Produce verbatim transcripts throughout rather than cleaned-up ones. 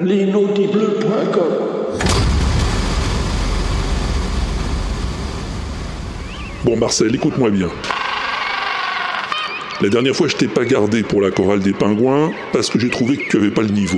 l'inaudible point com. Bon Marcel, écoute-moi bien. La dernière fois, je t'ai pas gardé pour la chorale des pingouins parce que j'ai trouvé que tu avais pas le niveau.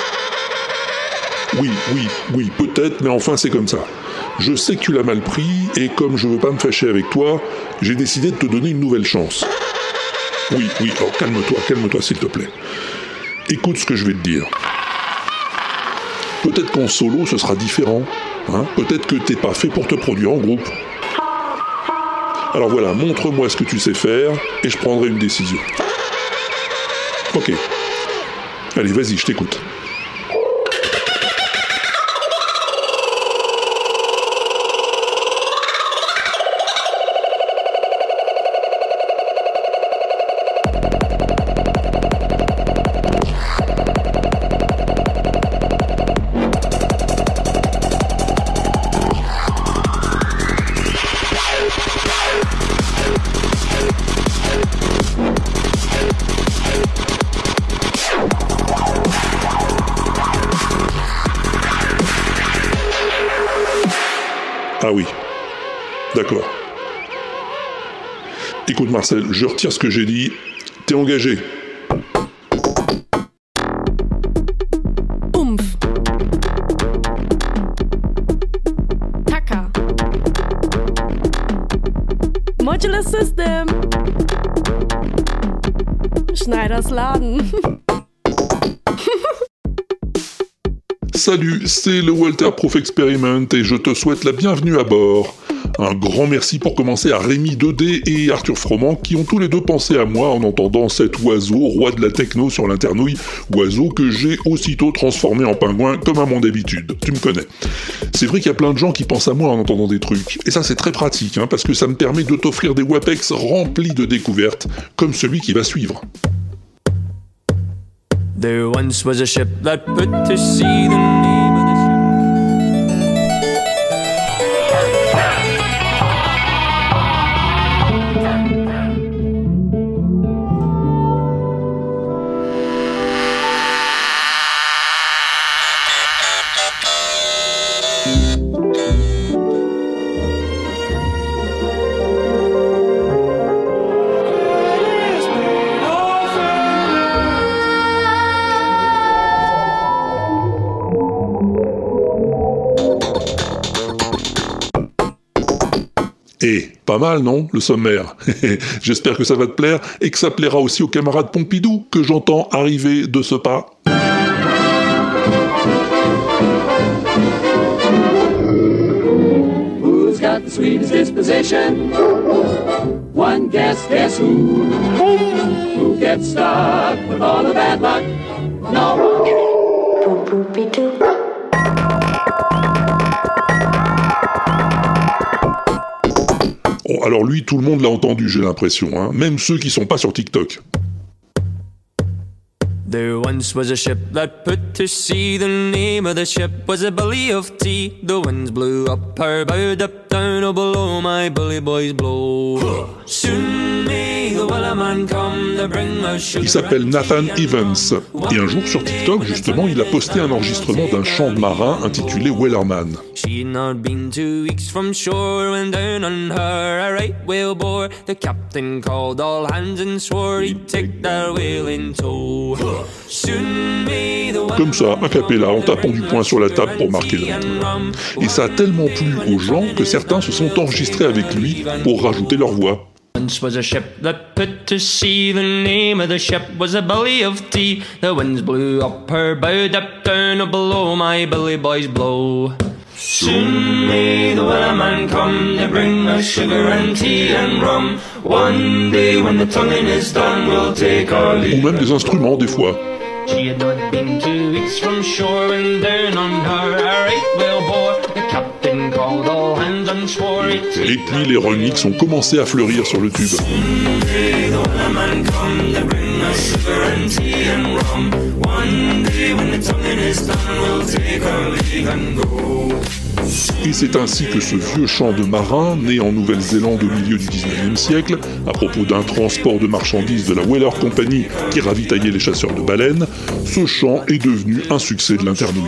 Oui, oui, oui, peut-être, mais enfin c'est comme ça. Je sais que tu l'as mal pris, et comme je veux pas me fâcher avec toi, j'ai décidé de te donner une nouvelle chance. Oui, oui, alors calme-toi, calme-toi s'il te plaît. Écoute ce que je vais te dire. Peut-être qu'en solo, ce sera différent. Hein, peut-être que t'es pas fait pour te produire en groupe. Alors voilà, montre-moi ce que tu sais faire, et je prendrai une décision. Ok. Allez, vas-y, je t'écoute. Ah oui, d'accord. Écoute Marcel, je retire ce que j'ai dit, t'es engagé. Umf. Taka. Modular System. Schneiders Laden. Salut, c'est le Walter Proof Experiment et je te souhaite la bienvenue à bord. Un grand merci pour commencer à Rémi deux D et Arthur Froment qui ont tous les deux pensé à moi en entendant cet oiseau, roi de la techno sur l'internouille, oiseau que j'ai aussitôt transformé en pingouin comme à mon habitude, tu me connais. C'est vrai qu'il y a plein de gens qui pensent à moi en entendant des trucs, et ça c'est très pratique hein, parce que ça me permet de t'offrir des WAPEX remplis de découvertes, comme celui qui va suivre. There once was a ship that put to sea, the name of the Eh, pas mal, non, le sommaire. J'espère que ça va te plaire et que ça plaira aussi aux camarades Pompidou que j'entends arriver de ce pas. Who's got the sweetest disposition? One guess, guess who? Who gets stuck with all the bad luck? No one. Bon, alors lui, tout le monde l'a entendu, j'ai l'impression, hein, même ceux qui sont pas sur TikTok. There once was a ship that put to sea. The name of the ship was a Billy of Tea. The winds blew up her bow, up down, oh below my bully boys blow. Soon may the wellerman come to bring us sugar. Il s'appelle Nathan Evans, et un jour sur TikTok, justement, il a posté un enregistrement d'un chant de marin intitulé Wellerman. She'd not been two weeks from shore when down on her a right whale bore. The captain called all hands and swore he'd take that whale in tow. Comme ça, a cappella, en tapant du poing sur la table pour marquer le rythme. Et ça a tellement plu aux gens que certains se sont enregistrés avec lui pour rajouter leur voix. Once was a ship that put to sea. The name of the ship was a Billy of Tea. The winds blew up her bow, up down, below my bully boys blow. Soon may the wellerman come to bring us sugar and tea and rum. One day when the tonguing is done, we'll take our leave. Ou même des instruments, des fois. She had not been two weeks from shore and down on her a right whale bore. The captain called all hands and swore he'd take. Et puis les remixes ont commencé à fleurir sur le tube. Soon may the wellerman come to bring us sugar and tea and rum. One day when the tonguing is done, we'll take our leave and go. Et c'est ainsi que ce vieux chant de marin, né en Nouvelle-Zélande au milieu du dix-neuvième siècle, à propos d'un transport de marchandises de la Whaler Company qui ravitaillait les chasseurs de baleines, ce chant est devenu un succès de l'internouille.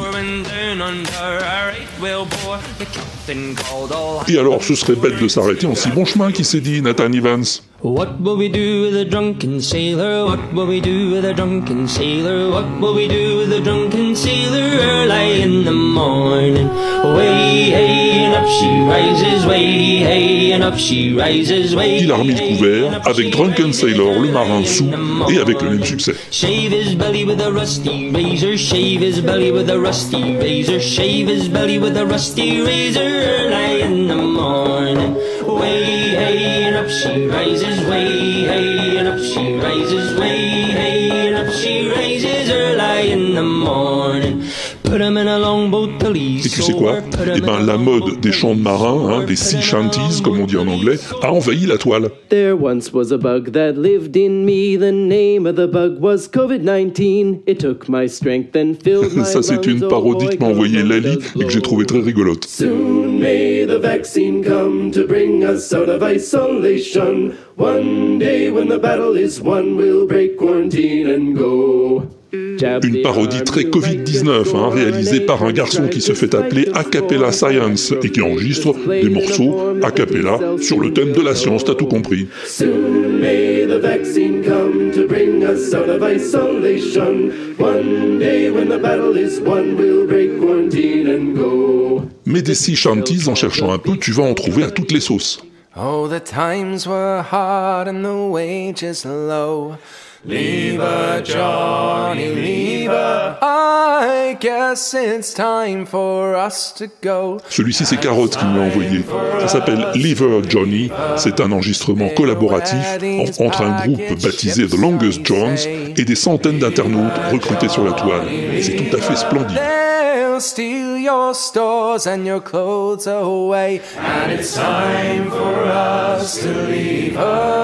Et alors, ce serait bête de s'arrêter en si bon chemin, qui s'est dit Nathan Evans. What will we do with a drunken sailor? What will we do with a drunken sailor? What will we do with a drunken sailor early in the morning? Way, hey, and up she rises, way, hey, and up she rises, way. Il a remis le couvert avec Drunken Sailor, le marin sous, et avec le même succès. Shave his belly with a rusty razor, shave his belly with a rusty razor, shave his belly with a rusty razor early in the morning. Way, hey, and up she rises, way, hey, and up she rises, way, hey, and up she rises early in the morning. Put him in a longboat till he's Et tu sais quoi? Eh ben, la mode des chants de marins, hein, des sea shanties, comme on dit en anglais, a envahi la toile. There once was a bug that lived in me. The name of the bug was covid nineteen. It took my strength and filled my Ça, c'est une lungs. parodie que m'a envoyée Lali et que j'ai trouvé très rigolote. Soon may the vaccine come to bring us out of isolation. One day when the battle is won, we'll break quarantine and go. Une parodie très covid dix-neuf, hein, réalisée par un garçon qui se fait appeler A Cappella Science et qui enregistre des morceaux a cappella sur le thème de la science, t'as tout compris. Soon may the vaccine come to bring us out of isolation. One day when the battle is won, we'll break quarantine and go. Mais des sea shanties, en cherchant un peu, tu vas en trouver à toutes les sauces. Oh, the times were hard and the wages low. Leave her, Johnny, leave her. I guess it's time for us to go. Celui-ci, c'est Carotte qui me l'a envoyé. Ça s'appelle Lever Johnny. C'est un enregistrement collaboratif en- entre un groupe baptisé The Longest Johns et des centaines d'internautes recrutés sur la toile. C'est tout à fait splendide. They'll steal your stores and your clothes away. And it's time for us to leave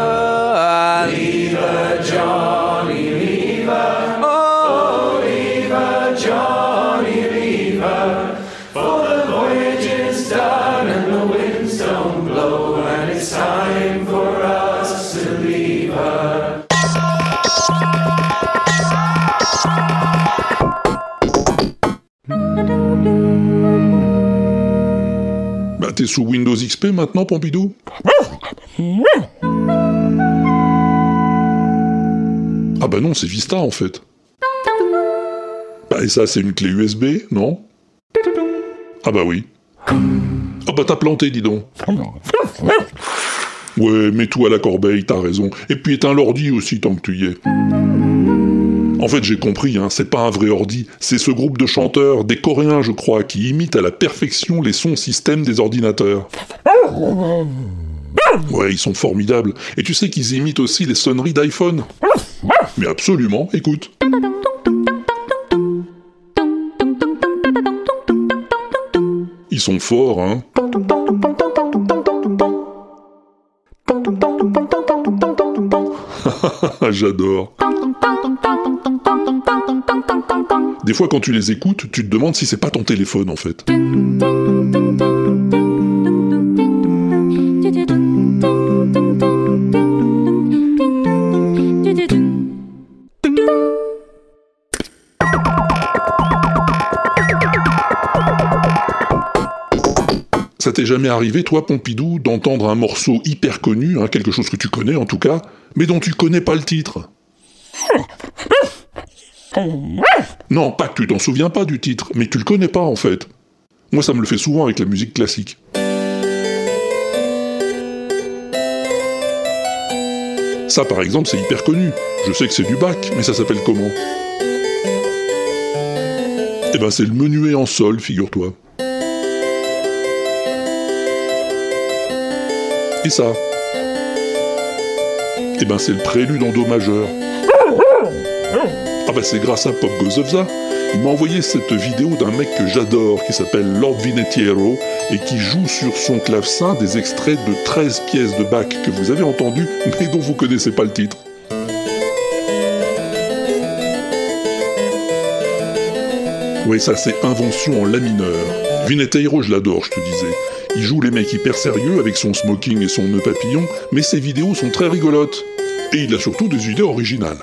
her. Leave her, Johnny, leave her. Oh, leave her, Johnny, leave her. For the voyage is done and the winds don't blow. And it's time for us to leave her. Bah, t'es sous Windows X P maintenant, Pompidou? Ah bah non, c'est Vista en fait. Bah et ça, c'est une clé U S B, non? Ah bah oui. Ah bah t'as planté, dis donc. Ouais, mets tout à la corbeille, t'as raison. Et puis éteins l'ordi aussi, tant que tu y es. En fait, j'ai compris, hein, c'est pas un vrai ordi, c'est ce groupe de chanteurs, des Coréens je crois, qui imitent à la perfection les sons système des ordinateurs. Ouais, ils sont formidables. Et tu sais qu'ils imitent aussi les sonneries d'iPhone. Mais absolument, écoute. Ils sont forts, hein. J'adore. Des fois, quand tu les écoutes, tu te demandes si c'est pas ton téléphone, en fait. Ça t'est jamais arrivé, toi, Pompidou, d'entendre un morceau hyper connu, hein, quelque chose que tu connais en tout cas, mais dont tu connais pas le titre? Non, pas que tu t'en souviens pas du titre, mais que tu le connais pas en fait. Moi, ça me le fait souvent avec la musique classique. Ça, par exemple, c'est hyper connu. Je sais que c'est du Bach, mais ça s'appelle comment? Eh ben, c'est le menuet en sol, figure-toi. Et ça? Eh ben, c'est le prélude en do majeur. Ah bah c'est grâce à Pop Goes of the. Il m'a envoyé cette vidéo d'un mec que j'adore, qui s'appelle Lord Vinetiero, et qui joue sur son clavecin des extraits de treize pièces de Bach que vous avez entendues, mais dont vous connaissez pas le titre. Oui, ça c'est Invention en La mineur. Vineteiro, je l'adore, je te disais. Il joue les mecs hyper sérieux avec son smoking et son nœud papillon, mais ses vidéos sont très rigolotes. Et il a surtout des idées originales.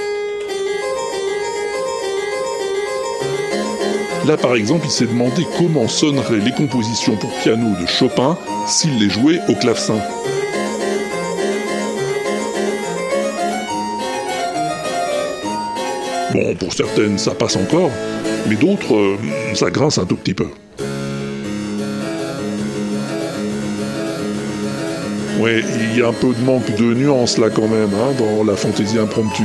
Là, par exemple, il s'est demandé comment sonneraient les compositions pour piano de Chopin s'il les jouait au clavecin. Bon, pour certaines, ça passe encore, mais d'autres, euh, ça grince un tout petit peu. Ouais, il y a un peu de manque de nuance là quand même, hein, dans la fantaisie impromptue.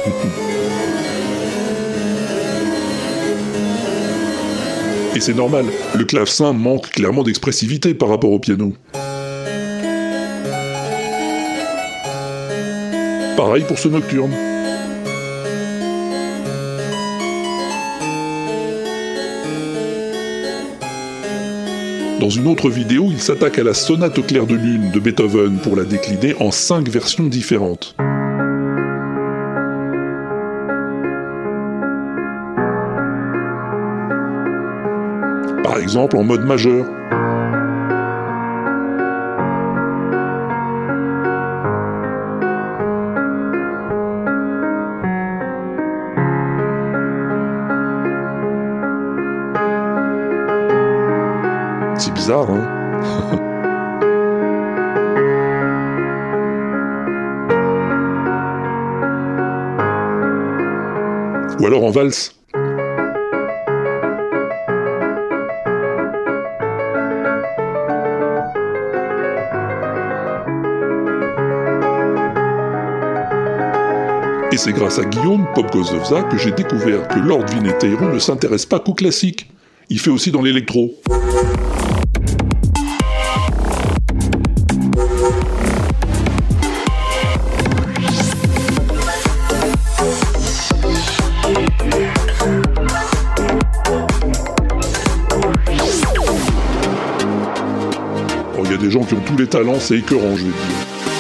Et c'est normal, le clavecin manque clairement d'expressivité par rapport au piano. Pareil pour ce nocturne. Dans une autre vidéo, il s'attaque à la sonate au clair de lune de Beethoven pour la décliner en cinq versions différentes. Par exemple en mode majeur. C'est bizarre, hein? Ou alors en valse. Et c'est grâce à Guillaume Popgozovza que j'ai découvert que Lord Vineteiro ne s'intéresse pas qu'au classique. Il fait aussi dans l'électro. Il y a des gens qui ont tous les talents, c'est écœurant, je vais dire.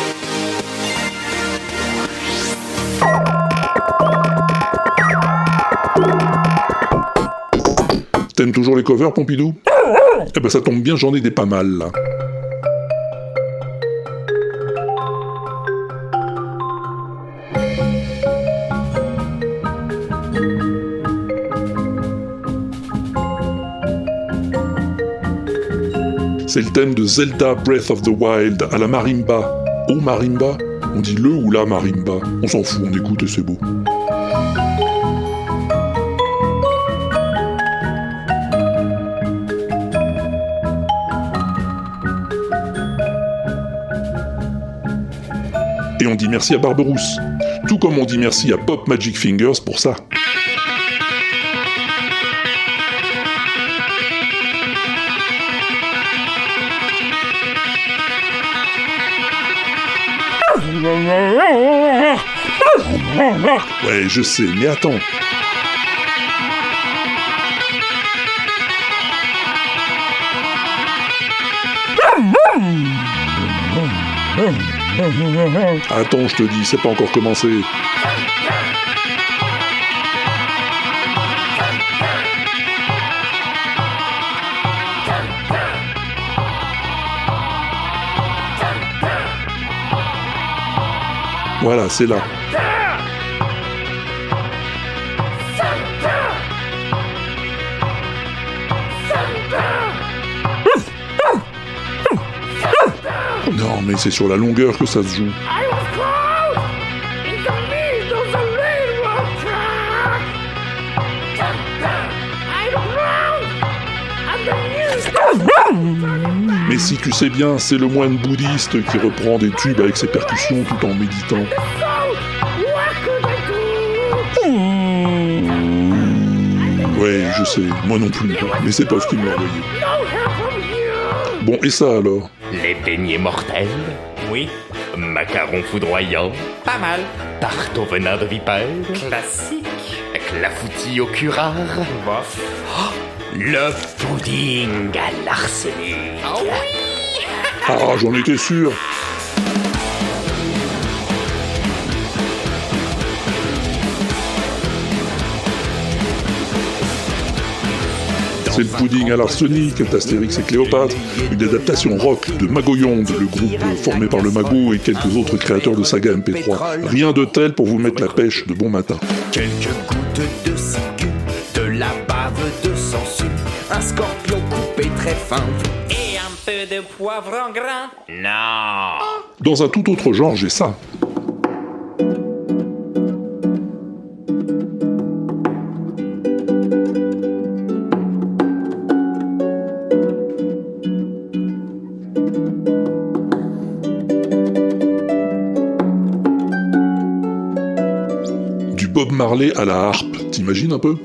T'aimes toujours les covers, Pompidou? Eh ben ça tombe bien, j'en ai des pas mal, là. C'est le thème de Zelda Breath of the Wild à la marimba. Au marimba? On dit le ou la marimba. On s'en fout, on écoute et c'est beau. Et on dit merci à Barberousse. Tout comme on dit merci à Pop Magic Fingers pour ça. Ouais, je sais, mais attends. Attends, je te dis, c'est pas encore commencé. Voilà, c'est là. Non, mais c'est sur la longueur que ça se joue. Mais si tu sais bien, c'est le moine bouddhiste qui reprend des tubes avec ses percussions tout en méditant. Ouais, je sais, moi non plus, mais c'est pas ce qui me l'a envoyé. Bon, et ça alors? Les beignets mortels? Oui. Macarons foudroyants? Pas mal. Tarte au venin de vipère? Classique. Clafoutis au curare? Bof. Oh, le pudding à l'arsenic. Oh oui. Ah, j'en étais sûr. C'est le pudding à l'arsenic d'Astérix et Cléopâtre, une adaptation rock de Magoyonde, le groupe formé par le Mago et quelques autres créateurs de saga M P trois. Rien de tel pour vous mettre la pêche de bon matin. Quelques gouttes de cicu, de la bave de sangsue, un scorpion coupé très fin et un peu de poivre en grain. Non. Dans un tout autre genre, j'ai ça. Du Bob Marley à la harpe, t'imagines un peu ?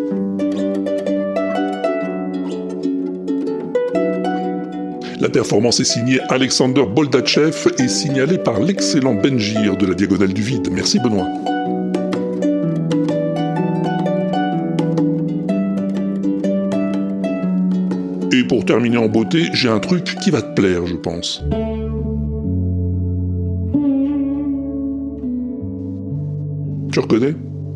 La performance est signée Alexander Boldachev et signalée par l'excellent Benjir de la Diagonale du Vide. Merci Benoît. Et pour terminer en beauté, j'ai un truc qui va te plaire, je pense. Tu reconnais ?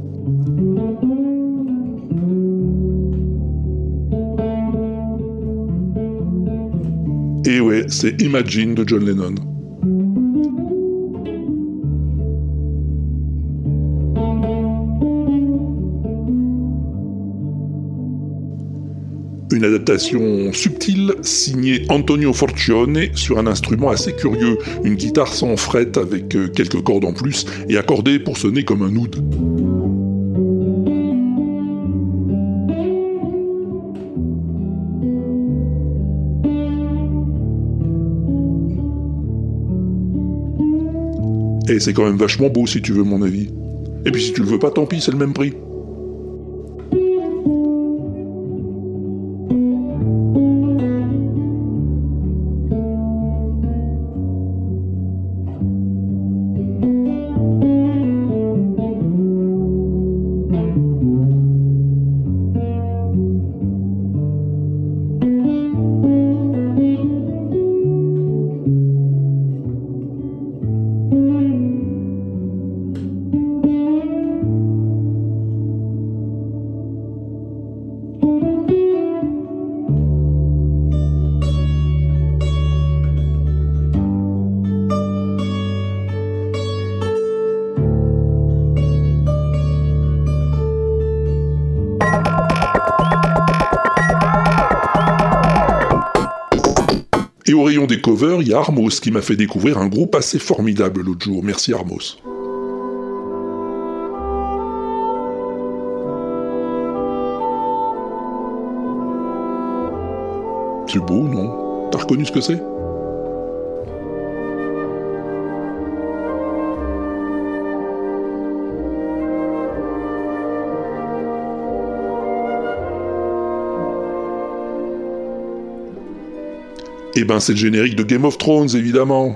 Et ouais, c'est Imagine de John Lennon. Une adaptation subtile signée Antonio Forcione sur un instrument assez curieux, une guitare sans fret avec quelques cordes en plus et accordée pour sonner comme un oud. Et c'est quand même vachement beau si tu veux mon avis. Et puis si tu le veux pas, tant pis, c'est le même prix. Et au rayon des covers, il y a Armos qui m'a fait découvrir un groupe assez formidable l'autre jour. Merci Armos. C'est beau, non ? T'as reconnu ce que c'est ? Eh ben, c'est le générique de Game of Thrones, évidemment.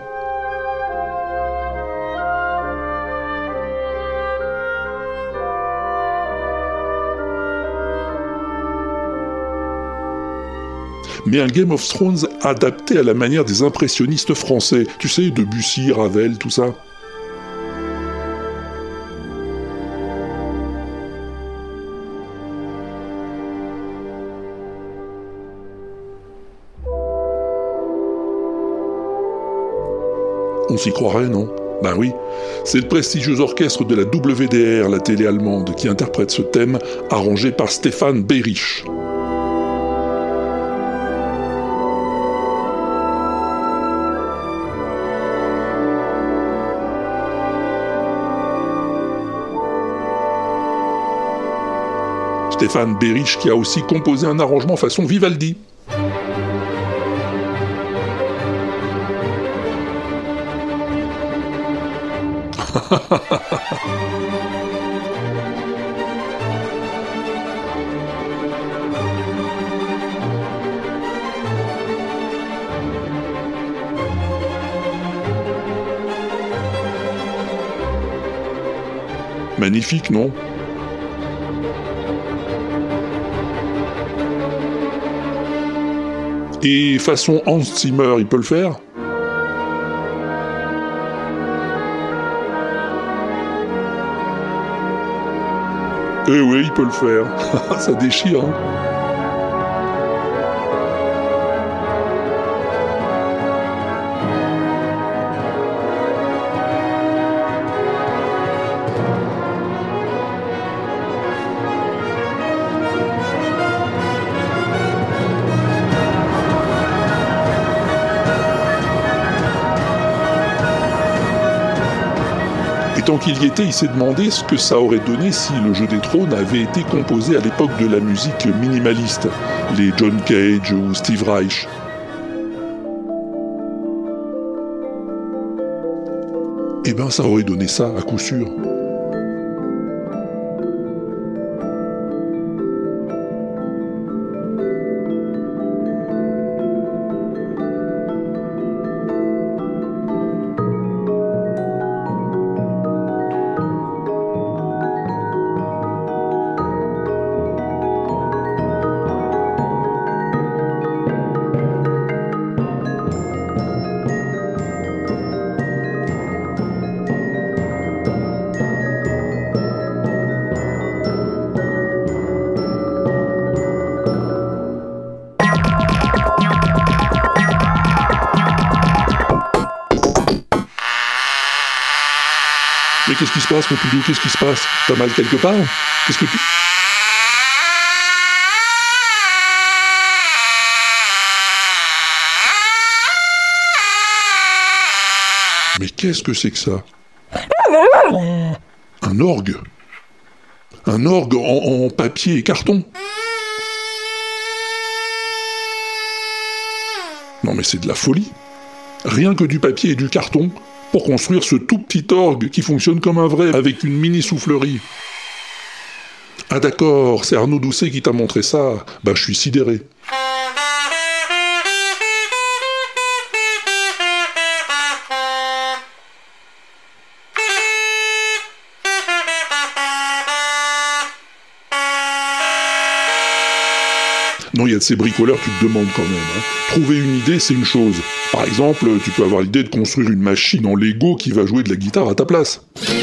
Mais un Game of Thrones adapté à la manière des impressionnistes français. Tu sais, Debussy, Ravel, tout ça. On s'y croirait, non ? Ben oui, c'est le prestigieux orchestre de la W D R, la télé allemande, qui interprète ce thème, arrangé par Stefan Beirich. Stefan Beirich qui a aussi composé un arrangement façon Vivaldi. Magnifique, non ? Et façon Hans Zimmer, il peut le faire ? Eh oui, il peut le faire. Ça déchire, hein. tant qu'il y était, il s'est demandé ce que ça aurait donné si le jeu des trônes avait été composé à l'époque de la musique minimaliste, les John Cage ou Steve Reich. Eh ben, ça aurait donné ça, à coup sûr. Mais qu'est-ce qui se passe, mon Poudou? Qu'est-ce qui se passe? T'as mal quelque part? Qu'est-ce que tu... Mais qu'est-ce que c'est que ça? Un orgue? Un orgue en, en papier et carton? Non mais c'est de la folie. Rien que du papier et du carton pour construire ce tout petit orgue qui fonctionne comme un vrai avec une mini soufflerie. Ah d'accord, c'est Arnaud Doucet qui t'a montré ça. Bah je suis sidéré. Non, il y a de ces bricoleurs, tu te demandes quand même. Hein. Trouver une idée, c'est une chose. Par exemple, tu peux avoir l'idée de construire une machine en Lego qui va jouer de la guitare à ta place.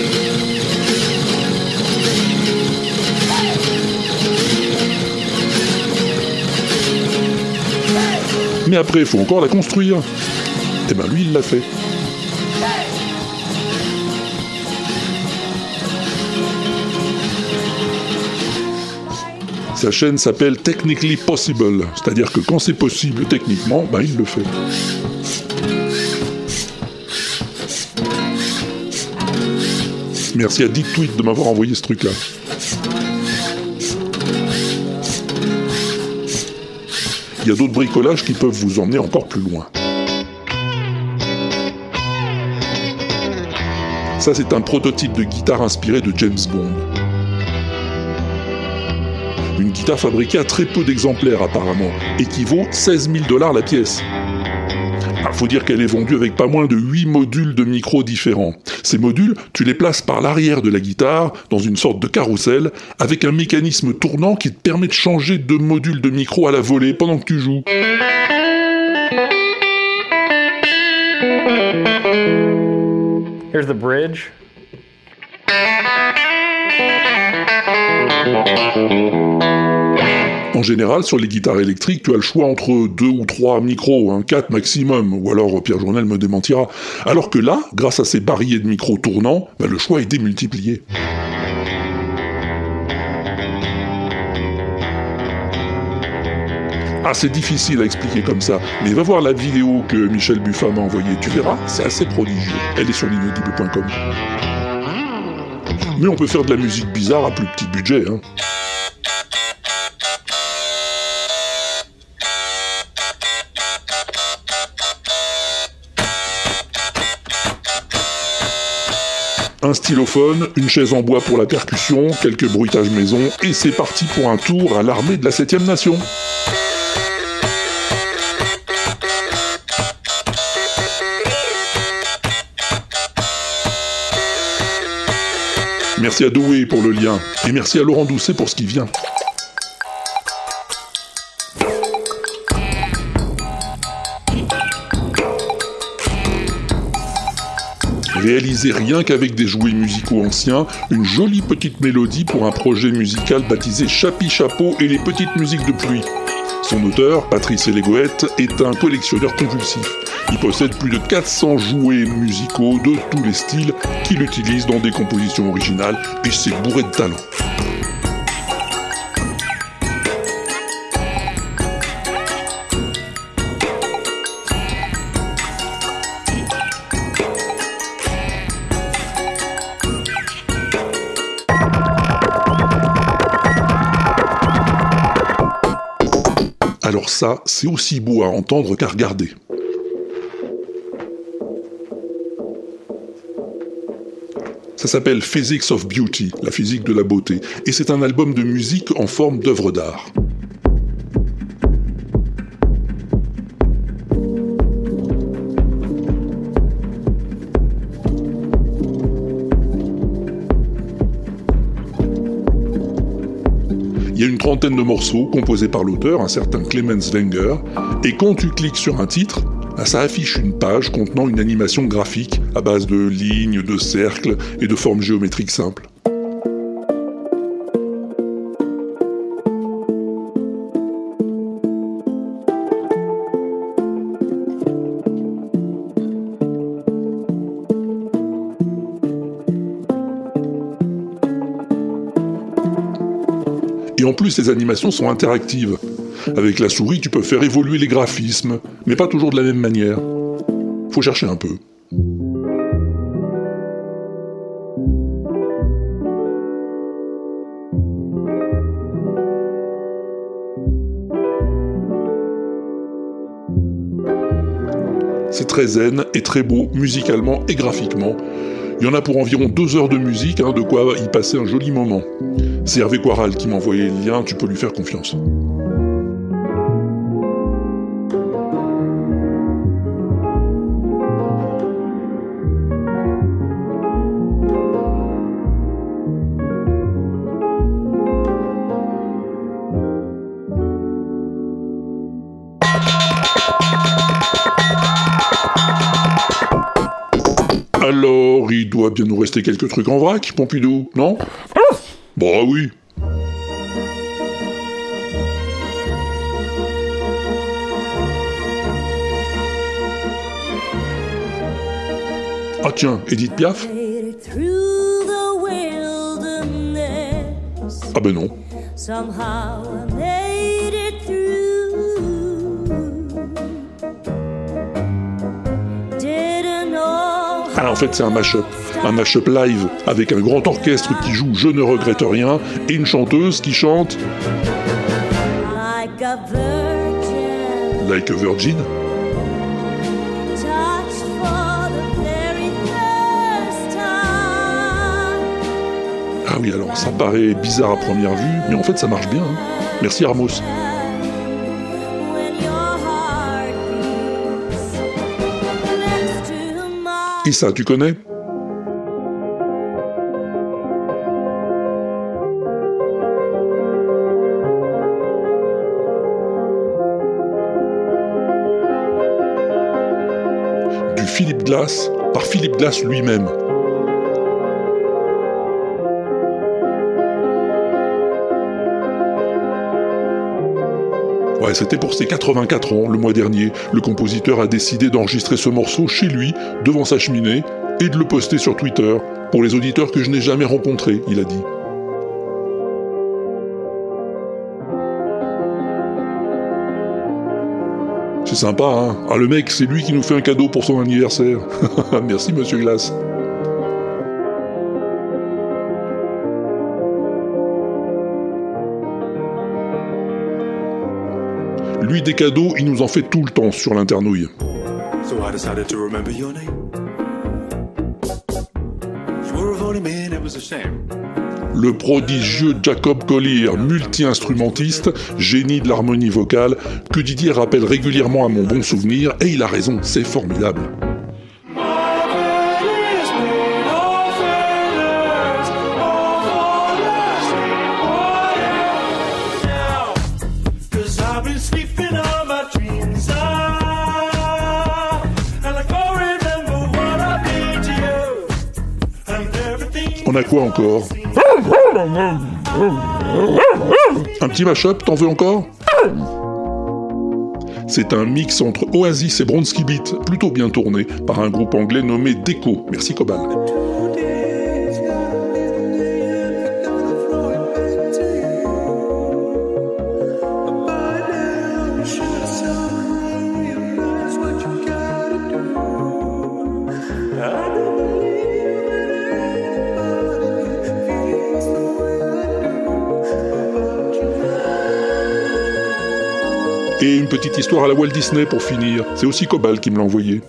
Mais après, il faut encore la construire. Et ben lui, il l'a fait. Sa chaîne s'appelle Technically Possible, c'est-à-dire que quand c'est possible techniquement, ben il le fait. Merci à Dick Tweet de m'avoir envoyé ce truc-là. Il y a d'autres bricolages qui peuvent vous emmener encore plus loin. Ça, c'est un prototype de guitare inspiré de James Bond. Une guitare fabriquée à très peu d'exemplaires apparemment, et qui vaut seize mille dollars la pièce. Il faut dire qu'elle est vendue avec pas moins de huit modules de micros différents. Ces modules, tu les places par l'arrière de la guitare, dans une sorte de carrousel, avec un mécanisme tournant qui te permet de changer de module de micro à la volée pendant que tu joues. Here's the bridge. En général, sur les guitares électriques, tu as le choix entre deux ou trois micros, hein, quatre maximum, ou alors Pierre Journel me démentira. Alors que là, grâce à ces barilles de micros tournants, bah, le choix est démultiplié. Ah, c'est difficile à expliquer comme ça, mais va voir la vidéo que Michel Buffat m'a envoyée, tu verras, c'est assez prodigieux. Elle est sur l'inaudible point com. Mais on peut faire de la musique bizarre à plus petit budget, hein. Un stylophone, une chaise en bois pour la percussion, quelques bruitages maison, et c'est parti pour un tour à l'armée de la septième nation. Merci à Doué pour le lien, et merci à Laurent Doucet pour ce qui vient. Réaliser rien qu'avec des jouets musicaux anciens, une jolie petite mélodie pour un projet musical baptisé Chapi Chapeau et les petites musiques de pluie. Son auteur, Patrice Elégoët, est un collectionneur convulsif. Il possède plus de quatre cents jouets musicaux de tous les styles qu'il utilise dans des compositions originales, et c'est bourré de talent. Alors ça, c'est aussi beau à entendre qu'à regarder. Ça s'appelle Physics of Beauty, la physique de la beauté, et c'est un album de musique en forme d'œuvre d'art. Il y a une trentaine de morceaux composés par l'auteur, un certain Clemens Wenger, et quand tu cliques sur un titre, ça affiche une page contenant une animation graphique à base de lignes, de cercles et de formes géométriques simples. Et en plus, les animations sont interactives. Avec la souris, tu peux faire évoluer les graphismes, mais pas toujours de la même manière. Faut chercher un peu. C'est très zen et très beau, musicalement et graphiquement. Il y en a pour environ deux heures de musique, hein, de quoi y passer un joli moment. C'est Hervé Quaral qui m'a envoyé le lien, tu peux lui faire confiance. Alors, il doit bien nous rester quelques trucs en vrac, Pompidou, non ? Bah oui. Ah tiens, Edith Piaf ? Ah ben non. Ah, en fait, c'est un mash-up. Un mash-up live, avec un grand orchestre qui joue « Je ne regrette rien » et une chanteuse qui chante... Like a virgin. Like a virgin. Ah oui, alors, ça paraît bizarre à première vue, mais en fait, ça marche bien. Hein. Merci Ramos. Et ça, tu connais ? Du Philip Glass, par Philip Glass lui-même. Ouais, c'était pour ses quatre-vingt-quatre ans, le mois dernier. Le compositeur a décidé d'enregistrer ce morceau chez lui, devant sa cheminée, et de le poster sur Twitter, pour les auditeurs que je n'ai jamais rencontrés, il a dit. C'est sympa, hein ? Ah, le mec, c'est lui qui nous fait un cadeau pour son anniversaire. Merci, monsieur Glass. Lui, des cadeaux, il nous en fait tout le temps sur l'internouille. So I decided to remember your name. You were a funny man, it was a shame. Le prodigieux Jacob Collier, multi-instrumentiste, génie de l'harmonie vocale, que Didier rappelle régulièrement à mon bon souvenir, et il a raison, c'est formidable. On a quoi encore ? Un petit mash-up, t'en veux encore ? C'est un mix entre Oasis et Bronski Beat, plutôt bien tourné, par un groupe anglais nommé Deco. Merci Cobal. Et une petite histoire à la Walt Disney pour finir. C'est aussi Cobal qui me l'a envoyé.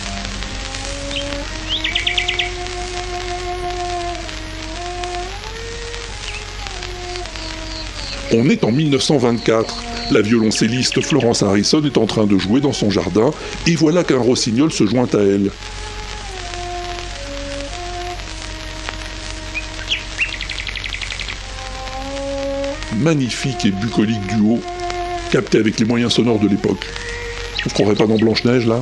On est en mille neuf cent vingt-quatre. La violoncelliste Florence Harrison est en train de jouer dans son jardin, et voilà qu'un rossignol se joint à elle. Magnifique et bucolique duo, capté avec les moyens sonores de l'époque. On se croirait pas dans Blanche-Neige, là ?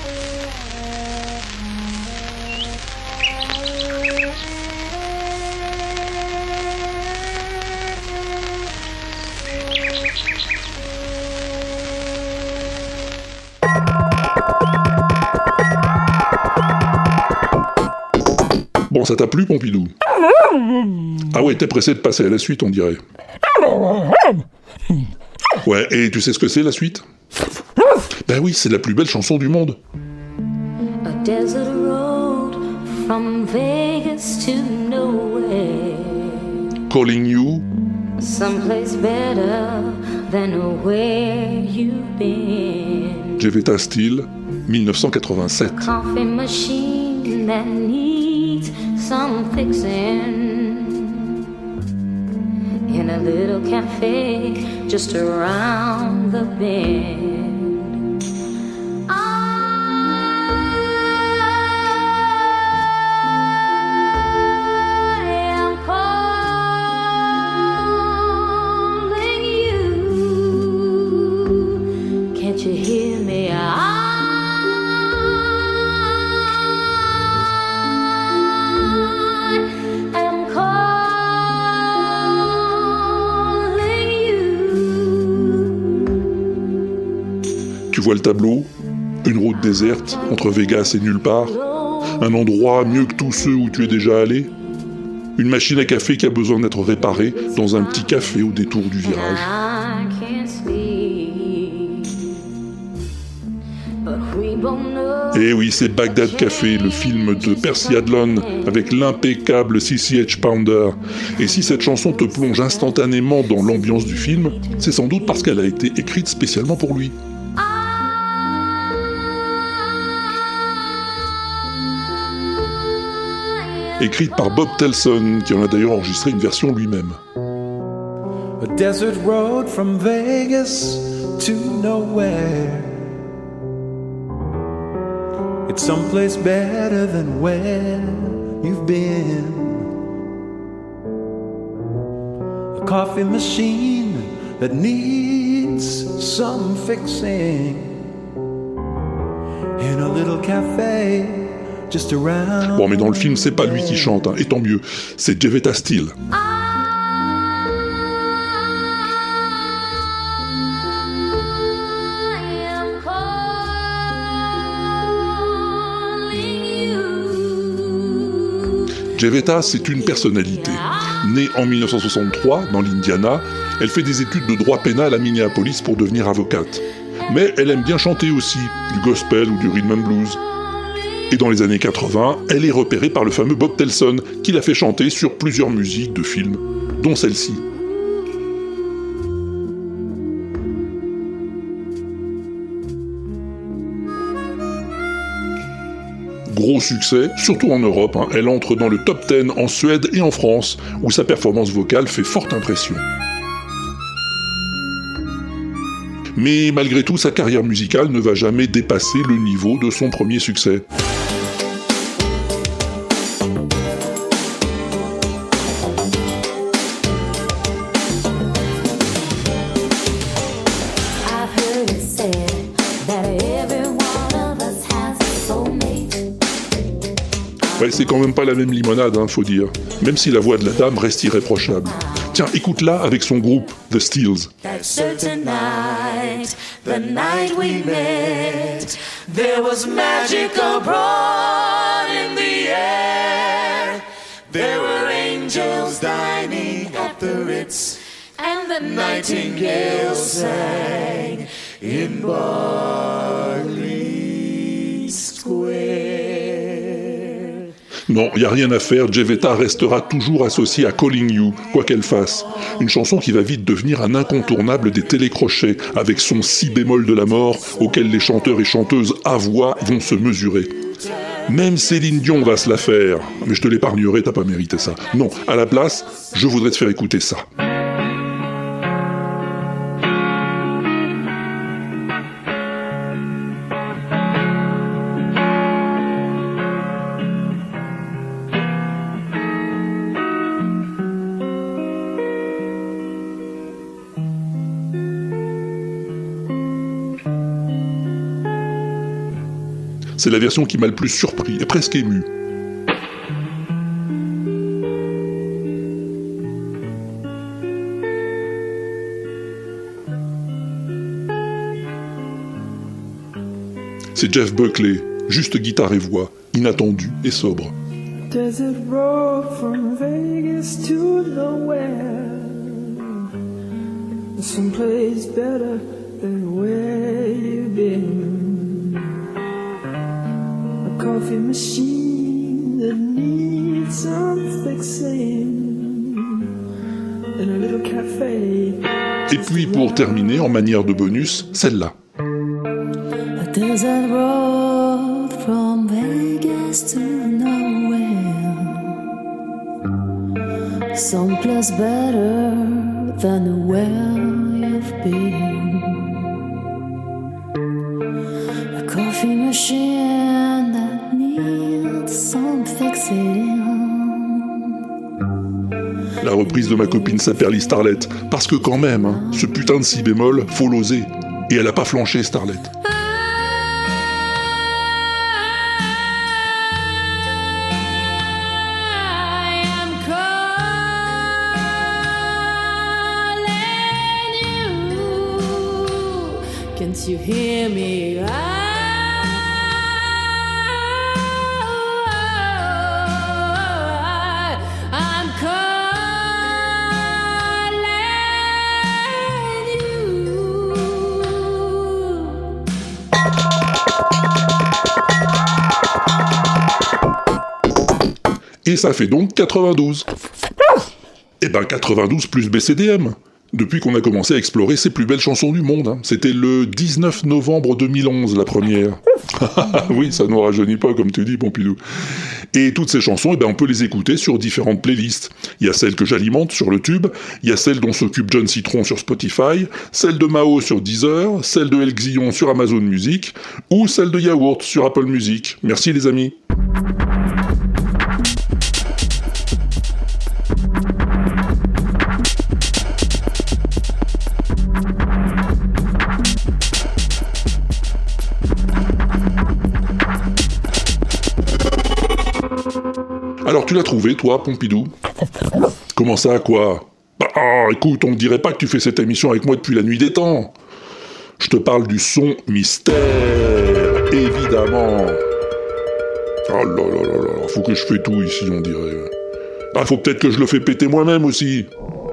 Bon, ça t'a plu, Pompidou ? Ah ouais, t'es pressé de passer à la suite, on dirait. Ouais, et tu sais ce que c'est, la suite ? Ben oui, c'est la plus belle chanson du monde. A desert road from Vegas to nowhere. Calling You. Someplace better than where you've been. Jevetta Steele, mille neuf cent quatre-vingt-sept. Coffee machine that needs some fixing. In a little cafe just around the bend. I am calling you. Can't you hear me? I Tu vois le tableau ? Une route déserte, entre Vegas et nulle part. Un endroit mieux que tous ceux où tu es déjà allé. Une machine à café qui a besoin d'être réparée dans un petit café au détour du virage. Et oui, c'est Bagdad Café, le film de Percy Adlon avec l'impeccable C C H Pounder. Et si cette chanson te plonge instantanément dans l'ambiance du film, c'est sans doute parce qu'elle a été écrite spécialement pour lui. Écrite par Bob Telson, qui en a d'ailleurs enregistré une version lui-même. A desert road from Vegas to nowhere. It's someplace better than where you've been. A coffee machine that needs some fixing. In a little cafe. Bon, mais dans le film, c'est pas lui qui chante, hein, et tant mieux, c'est Jevetta Steele. Jevetta, c'est une personnalité. Née en mille neuf cent soixante-trois, dans l'Indiana, elle fait des études de droit pénal à Minneapolis pour devenir avocate. Mais elle aime bien chanter aussi, du gospel ou du rhythm and blues. Et dans les années quatre-vingts, elle est repérée par le fameux Bob Telson, qui l'a fait chanter sur plusieurs musiques de films, dont celle-ci. Gros succès, surtout en Europe, hein. Elle entre dans le top dix en Suède et en France, où sa performance vocale fait forte impression. Mais malgré tout, sa carrière musicale ne va jamais dépasser le niveau de son premier succès. Ouais, c'est quand même pas la même limonade, hein, faut dire. Même si la voix de la dame reste irréprochable. Tiens, écoute-la avec son groupe, The Steels. That certain night, the night we met, there was magic abroad in the air. There were angels dining at the Ritz, and the nightingale sang in Berkeley Square. Non, y a rien à faire, Jevetta restera toujours associée à Calling You, quoi qu'elle fasse. Une chanson qui va vite devenir un incontournable des télécrochets, avec son si bémol de la mort, auquel les chanteurs et chanteuses à voix vont se mesurer. Même Céline Dion va se la faire. Mais je te l'épargnerai, t'as pas mérité ça. Non, à la place, je voudrais te faire écouter ça. C'est la version qui m'a le plus surpris et presque ému. C'est Jeff Buckley, juste guitare et voix, inattendu et sobre. Desert road from Vegas to nowhere, someplace better than where you've been. A coffee machine that needs some fixing, in a little cafe. Et puis pour terminer, en manière de bonus, celle-là. A desert road from Vegas to nowhere, someplace better than where you've been. A coffee machine that needs some fixing. La reprise de ma copine Saperly Starlet, parce que quand même, hein, ce putain de si bémol, faut l'oser. Et elle a pas flanché, Starlet. Can't you hear me? I, I'm calling you. Et ça fait donc quatre-vingt-douze. Eh ben quatre-vingt-douze plus B C D M. Depuis qu'on a commencé à explorer ces plus belles chansons du monde. Hein. C'était le dix-neuf novembre deux mille onze, la première. Oui, ça ne nous rajeunit pas, comme tu dis, Pompidou. Et toutes ces chansons, eh ben, on peut les écouter sur différentes playlists. Il y a celles que j'alimente sur le tube, il y a celles dont s'occupe John Citron sur Spotify, celle de Mao sur Deezer, celle de El Xillon sur Amazon Music, ou celle de Yaourt sur Apple Music. Merci les amis. Alors tu l'as trouvé, toi, Pompidou? Comment ça, quoi? Bah, oh, écoute, on ne dirait pas que tu fais cette émission avec moi depuis la nuit des temps. Je te parle du son mystère, évidemment. Oh là là là là, faut que je fais tout ici, on dirait. Ah, faut peut-être que je le fais péter moi-même aussi.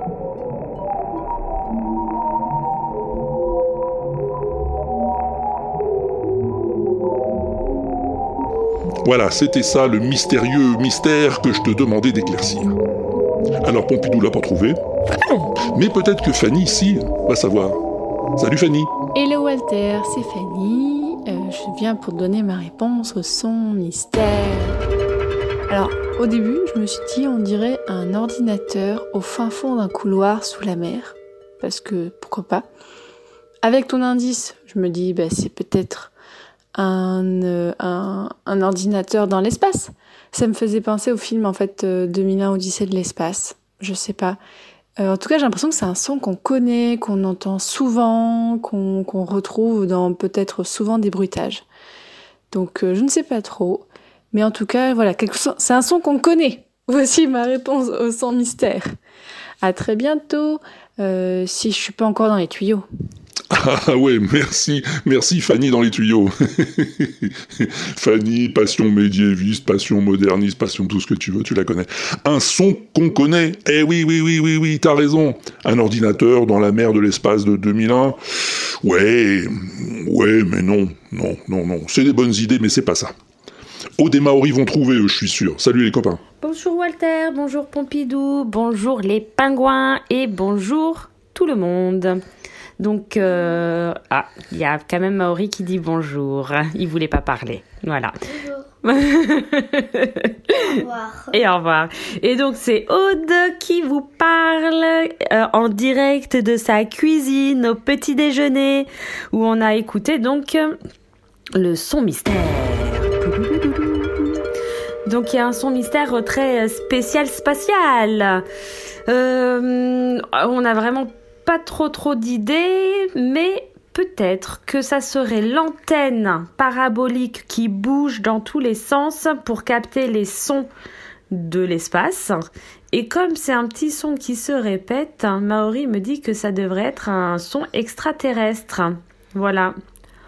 Voilà, c'était ça le mystérieux mystère que je te demandais d'éclaircir. Alors Pompidou l'a pas trouvé, mais peut-être que Fanny ici va savoir. Salut Fanny. Hello Walter, c'est Fanny. Euh, je viens pour te donner ma réponse au son mystère. Alors, au début, je me suis dit, on dirait un ordinateur au fin fond d'un couloir sous la mer. Parce que, pourquoi pas. Avec ton indice, je me dis, bah, c'est peut-être Un, euh, un, un ordinateur dans l'espace. Ça me faisait penser au film en fait euh, deux mille un Odyssée de l'espace. Je sais pas. Euh, en tout cas, j'ai l'impression que c'est un son qu'on connaît, qu'on entend souvent, qu'on, qu'on retrouve dans peut-être souvent des bruitages. Donc, euh, je ne sais pas trop. Mais en tout cas, voilà, quelque so- c'est un son qu'on connaît. Voici ma réponse au son mystère. À très bientôt, euh, si je suis pas encore dans les tuyaux. Ah ouais, merci, merci Fanny dans les tuyaux. Fanny, passion médiéviste, passion moderniste, passion tout ce que tu veux, tu la connais. Un son qu'on connaît, eh oui, oui, oui, oui, oui, t'as raison. Un ordinateur dans la mer de l'espace de deux mille un, ouais, ouais, mais non, non, non, non, c'est des bonnes idées, mais c'est pas ça. Aude et Maori vont trouver, eux, je suis sûr. Salut les copains. Bonjour Walter, bonjour Pompidou, bonjour les pingouins et bonjour tout le monde. Donc, euh... ah, il y a quand même Maori qui dit bonjour. Il voulait pas parler. Voilà. Bonjour. Au revoir. Et au revoir. Et donc, c'est Aude qui vous parle euh, en direct de sa cuisine au petit déjeuner où on a écouté donc euh, le son mystère. Donc, il y a un son mystère très spécial spatial. Euh, on a vraiment pas trop trop d'idées, mais peut-être que ça serait l'antenne parabolique qui bouge dans tous les sens pour capter les sons de l'espace. Et comme c'est un petit son qui se répète, Maori me dit que ça devrait être un son extraterrestre. Voilà. Hein ?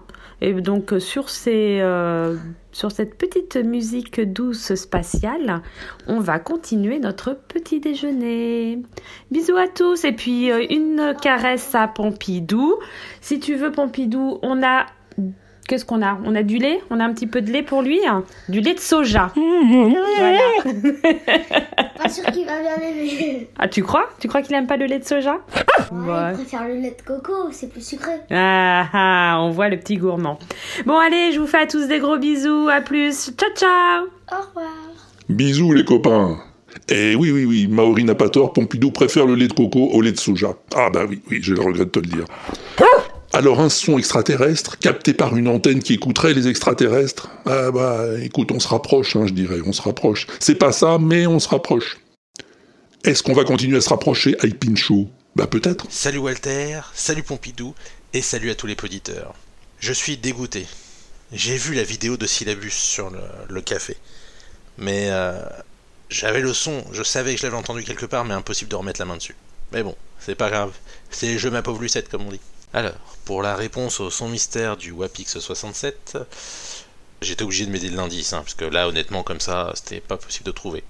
Et donc sur ces, euh, sur cette petite musique douce spatiale, on va continuer notre petit déjeuner. Bisous à tous et puis euh, une caresse à Pompidou. Si tu veux Pompidou, on a... Qu'est-ce qu'on a ? On a du lait ? On a un petit peu de lait pour lui ? Hein, du lait de soja. Voilà. Pas sûr qu'il va bien aimer. Ah, tu crois ? Tu crois qu'il aime pas le lait de soja ? Ouais, ouais. Il préfère le lait de coco, c'est plus sucré. Ah, ah, on voit le petit gourmand. Bon, allez, je vous fais à tous des gros bisous. À plus. Ciao, ciao. Au revoir. Bisous les copains. Eh oui, oui, oui, Maori n'a pas tort. Pompidou préfère le lait de coco au lait de soja. Ah bah oui, oui, j'ai le regret de te le dire. Alors un son extraterrestre, capté par une antenne qui écouterait les extraterrestres. Ah bah écoute, on se rapproche, hein, je dirais, on se rapproche. C'est pas ça, mais on se rapproche. Est-ce qu'on va continuer à se rapprocher, iPincho ? Bah peut-être. Salut Walter, salut Pompidou, et salut à tous les auditeurs. Je suis dégoûté. J'ai vu la vidéo de Syllabus sur le, le café. Mais euh, j'avais le son, je savais que je l'avais entendu quelque part, mais impossible de remettre la main dessus. Mais bon, c'est pas grave, c'est je ma pauvre Lucette comme on dit. Alors, pour la réponse au son mystère du Wapix soixante-sept, j'étais obligé de m'aider de l'indice, hein, parce que là, honnêtement, comme ça, c'était pas possible de trouver.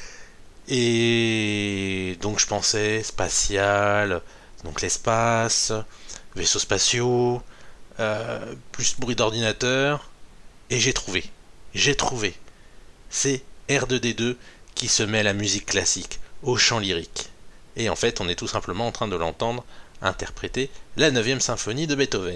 Et donc je pensais spatial, donc l'espace, vaisseaux spatiaux, euh, plus bruit d'ordinateur, et j'ai trouvé, j'ai trouvé. C'est R deux D deux qui se met à la musique classique, au chant lyrique. Et en fait, on est tout simplement en train de l'entendre interpréter la neuvième symphonie de Beethoven.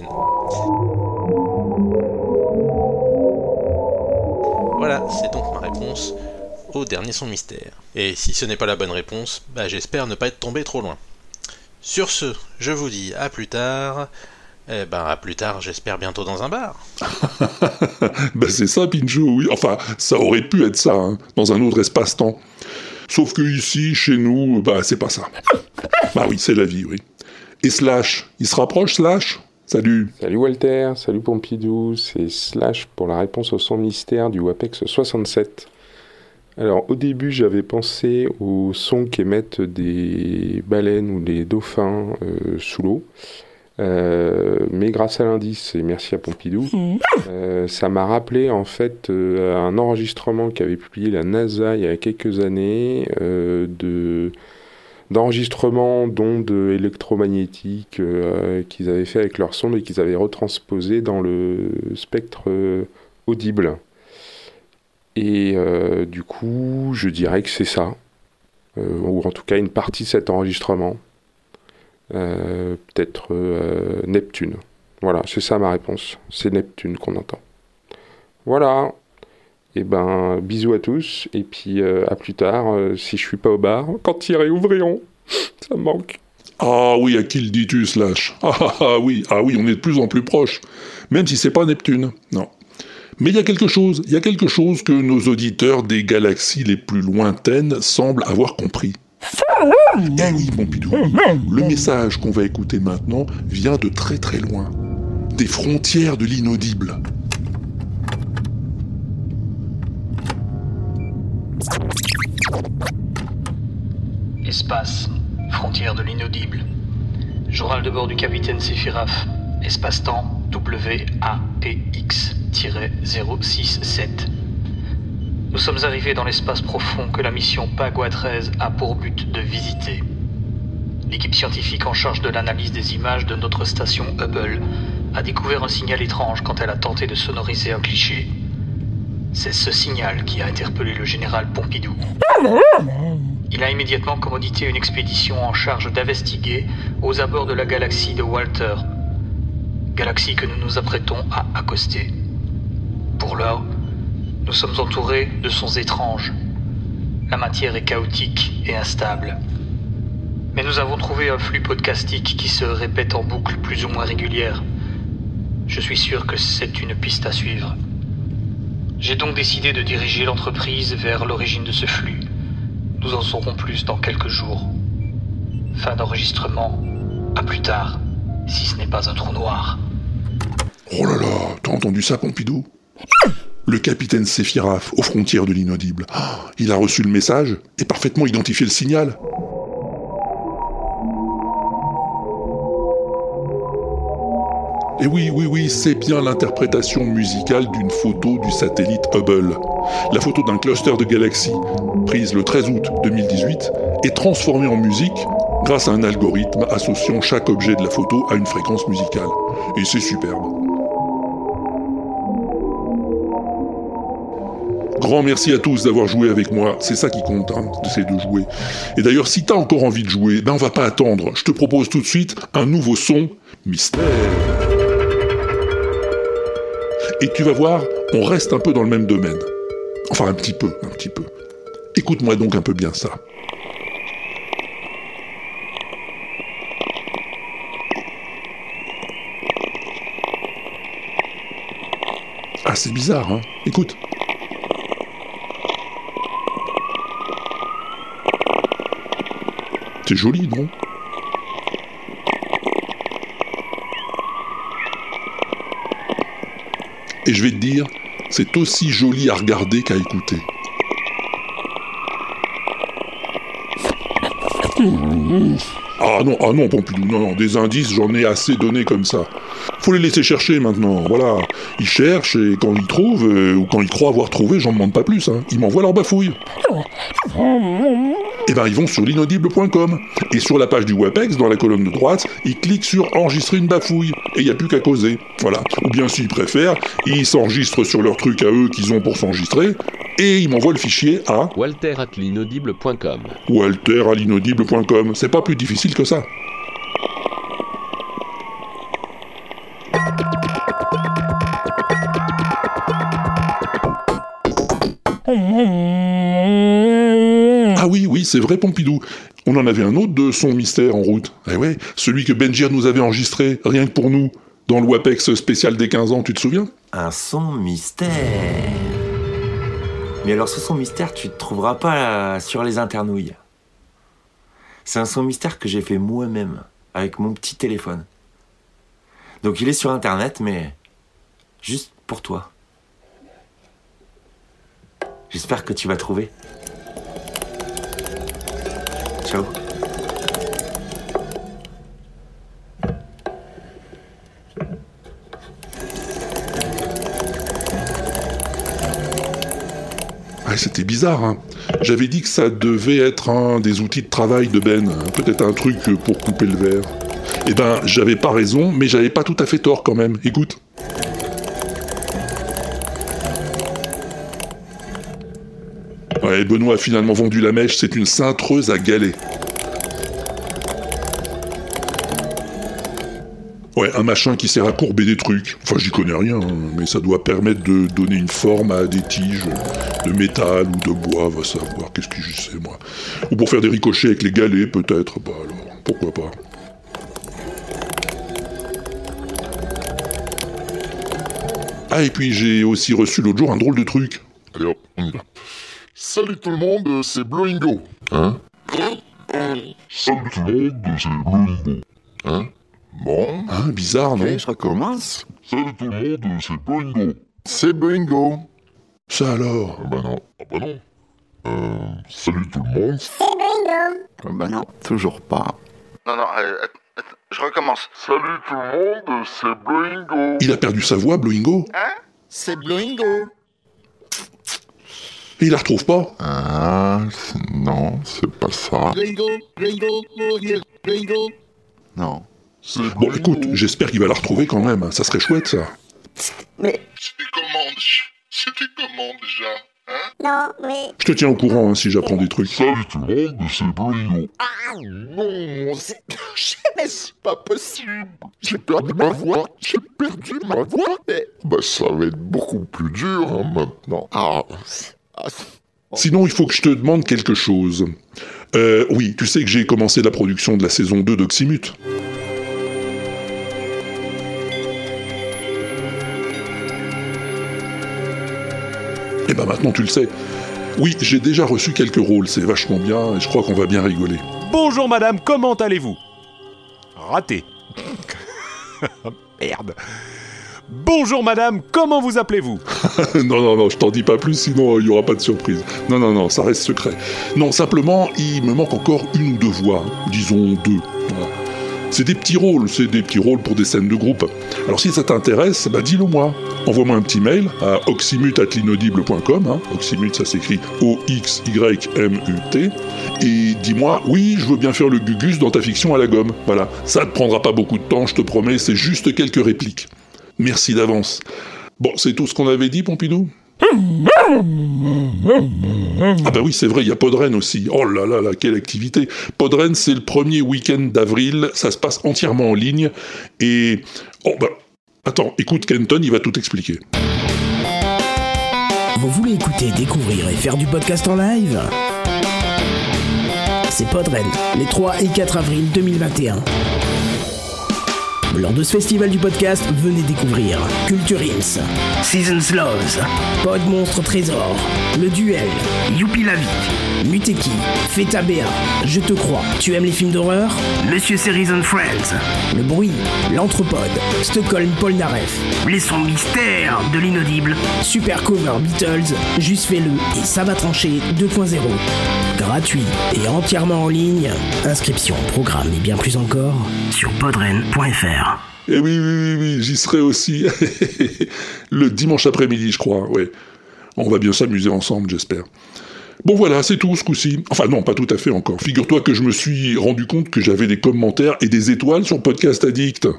Voilà, c'est donc ma réponse au dernier son mystère. Et si ce n'est pas la bonne réponse, bah j'espère ne pas être tombé trop loin. Sur ce, je vous dis à plus tard. Eh ben à plus tard, j'espère bientôt dans un bar. Bah c'est ça, Pinchou, oui. Enfin, ça aurait pu être ça, hein, dans un autre espace-temps. Sauf que ici, chez nous, bah c'est pas ça. Bah oui, c'est la vie, oui. Et Slash, il se rapproche, Slash ? Salut. Salut Walter, salut Pompidou, c'est Slash pour la réponse au son mystère du Wapex soixante-sept. Alors au début j'avais pensé au son qu'émettent des baleines ou des dauphins euh, sous l'eau, euh, mais grâce à l'indice, et merci à Pompidou, euh, ça m'a rappelé en fait euh, un enregistrement qu'avait publié la NASA il y a quelques années euh, de... d'enregistrements d'ondes électromagnétiques euh, qu'ils avaient fait avec leur sonde et qu'ils avaient retransposé dans le spectre euh, audible. Et euh, du coup, je dirais que c'est ça, euh, ou en tout cas une partie de cet enregistrement, euh, peut-être euh, Neptune. Voilà, c'est ça ma réponse, c'est Neptune qu'on entend. Voilà. Et ben, bisous à tous, et puis euh, à plus tard, euh, si je suis pas au bar, quand ils réouvriront, ça me manque. Ah oui, à qui le dis-tu, Slash ? Ah ah ah oui, ah oui, on est de plus en plus proches, même si c'est pas Neptune, non. Mais il y a quelque chose, il y a quelque chose que nos auditeurs des galaxies les plus lointaines semblent avoir compris. Eh oui, Pompidou, le message qu'on va écouter maintenant vient de très très loin, des frontières de l'inaudible. Espace, frontière de l'inaudible. Journal de bord du capitaine Séphiraf. Espace-temps W A P X zéro six sept. Nous sommes arrivés dans l'espace profond que la mission Pagua treize a pour but de visiter. L'équipe scientifique en charge de l'analyse des images de notre station Hubble a découvert un signal étrange quand elle a tenté de sonoriser un cliché. C'est ce signal qui a interpellé le général Pompidou. Il a immédiatement commandité une expédition en charge d'investiguer aux abords de la galaxie de Walter. Galaxie que nous nous apprêtons à accoster. Pour l'heure, nous sommes entourés de sons étranges. La matière est chaotique et instable. Mais nous avons trouvé un flux podcastique qui se répète en boucle plus ou moins régulière. Je suis sûr que c'est une piste à suivre. J'ai donc décidé de diriger l'entreprise vers l'origine de ce flux. Nous en saurons plus dans quelques jours. Fin d'enregistrement. À plus tard, si ce n'est pas un trou noir. Oh là là, t'as entendu ça, Pompidou ? Le capitaine Séphiraf, aux frontières de l'inaudible. Ah, il a reçu le message et parfaitement identifié le signal. Et oui, oui, oui, c'est bien l'interprétation musicale d'une photo du satellite Hubble. La photo d'un cluster de galaxies, prise le treize août deux mille dix-huit, est transformée en musique grâce à un algorithme associant chaque objet de la photo à une fréquence musicale. Et c'est superbe. Grand merci à tous d'avoir joué avec moi, c'est ça qui compte, hein, c'est de jouer. Et d'ailleurs, si t'as encore envie de jouer, ben on va pas attendre, je te propose tout de suite un nouveau son mystère. Et tu vas voir, on reste un peu dans le même domaine. Enfin, un petit peu, un petit peu. Écoute-moi donc un peu bien ça. Ah, c'est bizarre, hein ? Écoute. C'est joli, non ? Et je vais te dire, c'est aussi joli à regarder qu'à écouter. Ah non, ah non, Pompidou, non, non, des indices, j'en ai assez donné comme ça. Faut les laisser chercher maintenant, voilà. Ils cherchent et quand ils trouvent, euh, ou quand ils croient avoir trouvé, j'en demande pas plus, hein. Ils m'envoient leur bafouille. Eh ben, ils vont sur l'inaudible point com. Et sur la page du WAPEX, dans la colonne de droite, ils cliquent sur « Enregistrer une bafouille ». Et il n'y a plus qu'à causer. Voilà. Ou bien, s'ils préfèrent, ils s'enregistrent sur leur truc à eux qu'ils ont pour s'enregistrer, et ils m'envoient le fichier à... walter at l'inaudible point com. walter à l'inaudible point com. C'est pas plus difficile que ça. Ah oui, oui, c'est vrai, Pompidou. On en avait un autre de son mystère en route. Eh ouais, celui que Benjir nous avait enregistré, rien que pour nous, dans le WAPEX spécial des quinze ans, tu te souviens ? Un son mystère. Mais alors ce son mystère, tu te trouveras pas sur les internouilles. C'est un son mystère que j'ai fait moi-même, avec mon petit téléphone. Donc il est sur internet, mais juste pour toi. J'espère que tu vas trouver. Ciao. Ah, c'était bizarre, hein. J'avais dit que ça devait être un des outils de travail de Ben, peut-être un truc pour couper le verre. Eh ben, j'avais pas raison, mais j'avais pas tout à fait tort quand même. Écoute. Ouais, Benoît a finalement vendu la mèche, c'est une cintreuse à galets. Ouais, un machin qui sert à courber des trucs. Enfin, j'y connais rien, hein, mais ça doit permettre de donner une forme à des tiges de métal ou de bois, va savoir, qu'est-ce que je sais, moi. Ou pour faire des ricochets avec les galets, peut-être, bah alors, pourquoi pas. Ah, et puis j'ai aussi reçu l'autre jour un drôle de truc. Allez hop, on y va. Salut tout le monde, c'est Bloingo. Hein ? Salut tout le monde, c'est Bloingo. Hein ? Bon. Hein, bizarre, non ? Ok, je recommence. Salut tout le monde, c'est Bloingo. C'est Bloingo. Ça alors ? Ah bah non. Ah bah non. Euh, salut tout le monde. C'est Bloingo. Ah bah non, toujours pas. Non, non, euh, attends, je recommence. Salut tout le monde, c'est Bloingo. Il a perdu sa voix, Bloingo ? Hein ? C'est Bloingo. Et il la retrouve pas ? Ah, non, c'est pas ça. Bloingo, Bloingo, mourir, Bloingo. Non. Bon, écoute, j'espère qu'il va la retrouver quand même, ça serait chouette, ça. Mais... C'est des commandes, C'était comment déjà, hein? Non, mais... Je te tiens au courant hein, si j'apprends des trucs. Salut tout le monde, c'est Blingo. Ah non, c'est... Mais c'est pas possible. J'ai perdu ma voix. J'ai perdu ma voix. Mais... Bah ça va être beaucoup plus dur hein, maintenant. Ah... ah Sinon, il faut que je te demande quelque chose. Euh, oui, tu sais que j'ai commencé la production de la saison deux d'Oxymute. Et ben maintenant tu le sais. Oui, j'ai déjà reçu quelques rôles, c'est vachement bien et je crois qu'on va bien rigoler. Bonjour madame, comment allez-vous? Raté. Merde. Bonjour madame, comment vous appelez-vous? Non, non, non, je t'en dis pas plus, sinon il n'y aura pas de surprise. Non, non, non, ça reste secret. Non, simplement, il me manque encore une ou deux voix, disons deux. Voilà. C'est des petits rôles, c'est des petits rôles pour des scènes de groupe. Alors si ça t'intéresse, bah dis-le moi. Envoie-moi un petit mail à oxymute arobase l'inaudible point com, hein. Oxymute, ça s'écrit O X Y M U T, et dis-moi, oui, je veux bien faire le Gugus dans ta fiction à la gomme. Voilà, ça te prendra pas beaucoup de temps, je te promets, c'est juste quelques répliques. Merci d'avance. Bon, c'est tout ce qu'on avait dit, Pompidou ? Ah bah oui, c'est vrai, il y a Podren aussi. Oh là là là, quelle activité. Podren, c'est le premier week-end d'avril, ça se passe entièrement en ligne, et... Oh bah... Attends, écoute Kenton, il va tout expliquer. Vous voulez écouter, découvrir et faire du podcast en live ? C'est Podren, les trois et quatre avril deux mille vingt et un. Lors de ce festival du podcast, venez découvrir Culture Ims, Seasons Loves, Pod Monstre Trésor, Le Duel, Youpi la vie, Muteki, Feta Béa, Je te crois, tu aimes les films d'horreur, Monsieur Series and Friends, Le Bruit, L'Anthropode, Stockholm Polnareff, Les sons mystères de l'inaudible, Super Cover Beatles, Juste fais-le et Ça va trancher deux point zéro. Gratuit et entièrement en ligne. Inscription, programme et bien plus encore sur podren point f r. Eh oui, oui, oui, oui, j'y serai aussi. Le dimanche après-midi, je crois, ouais. On va bien s'amuser ensemble, j'espère. Bon voilà, c'est tout ce coup-ci. Enfin non, pas tout à fait encore. Figure-toi que je me suis rendu compte que j'avais des commentaires et des étoiles sur Podcast Addict.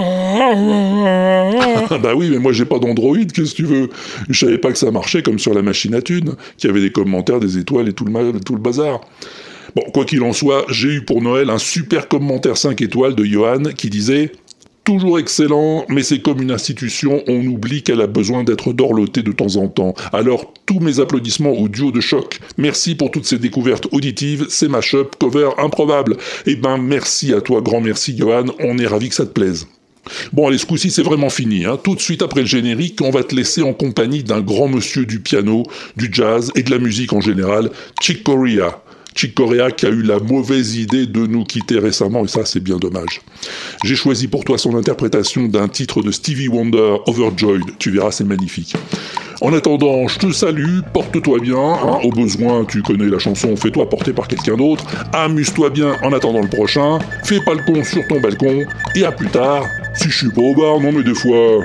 Ah bah oui, mais moi j'ai pas d'Android, qu'est-ce que tu veux? Je savais pas que ça marchait comme sur la machine à thunes, qu'il y avait des commentaires, des étoiles et tout le, ma- tout le bazar. Bon, quoi qu'il en soit, j'ai eu pour Noël un super commentaire cinq étoiles de Johan qui disait... Toujours excellent, mais c'est comme une institution, on oublie qu'elle a besoin d'être dorlotée de temps en temps. Alors, tous mes applaudissements au duo de choc. Merci pour toutes ces découvertes auditives, ces mash-up, cover improbables. Eh ben, merci à toi, grand merci, Johan, on est ravis que ça te plaise. Bon, allez, ce coup-ci, c'est vraiment fini, hein. Tout de suite après le générique, on va te laisser en compagnie d'un grand monsieur du piano, du jazz et de la musique en général, Chick Corea. Chick Corea qui a eu la mauvaise idée de nous quitter récemment, et ça c'est bien dommage. J'ai choisi pour toi son interprétation d'un titre de Stevie Wonder, Overjoyed, tu verras c'est magnifique. En attendant, je te salue, porte-toi bien, hein, au besoin tu connais la chanson, fais-toi porter par quelqu'un d'autre, amuse-toi bien en attendant le prochain, fais pas le con sur ton balcon, et à plus tard, si je suis pas au bar, non mais des fois...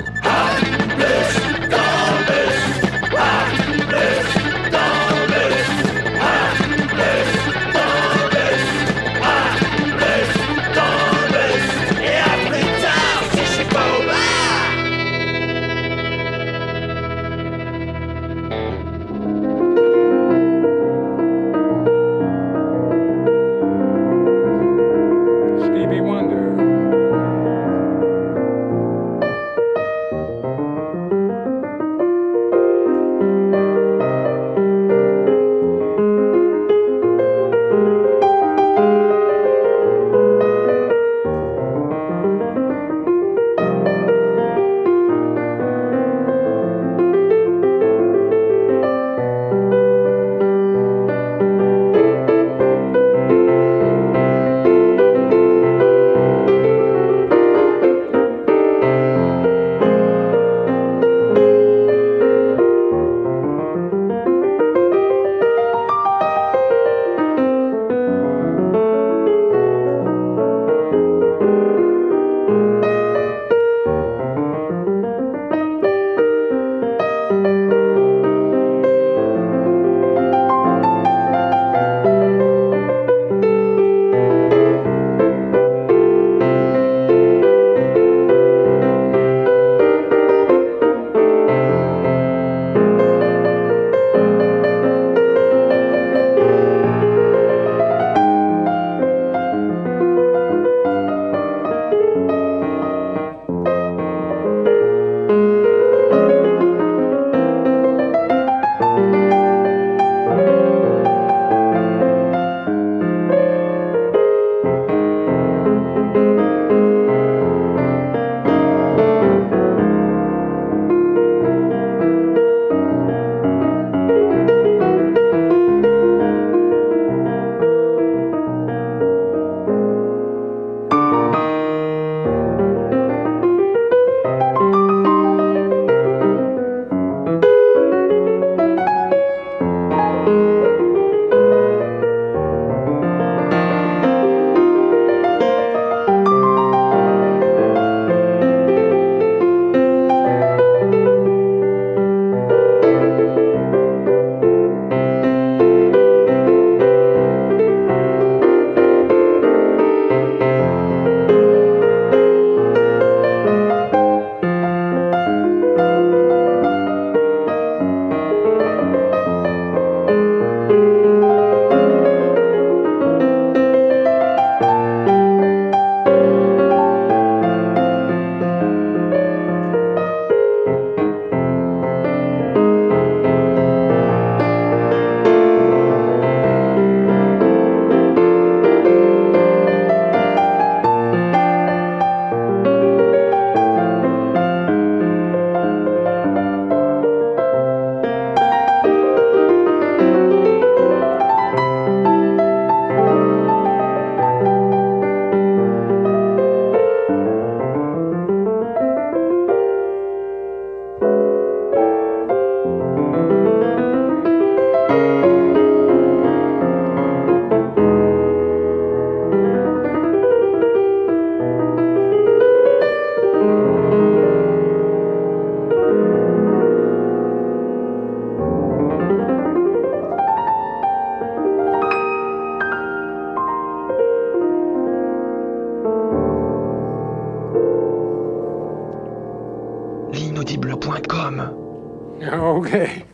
l'inaudible point com. Okay.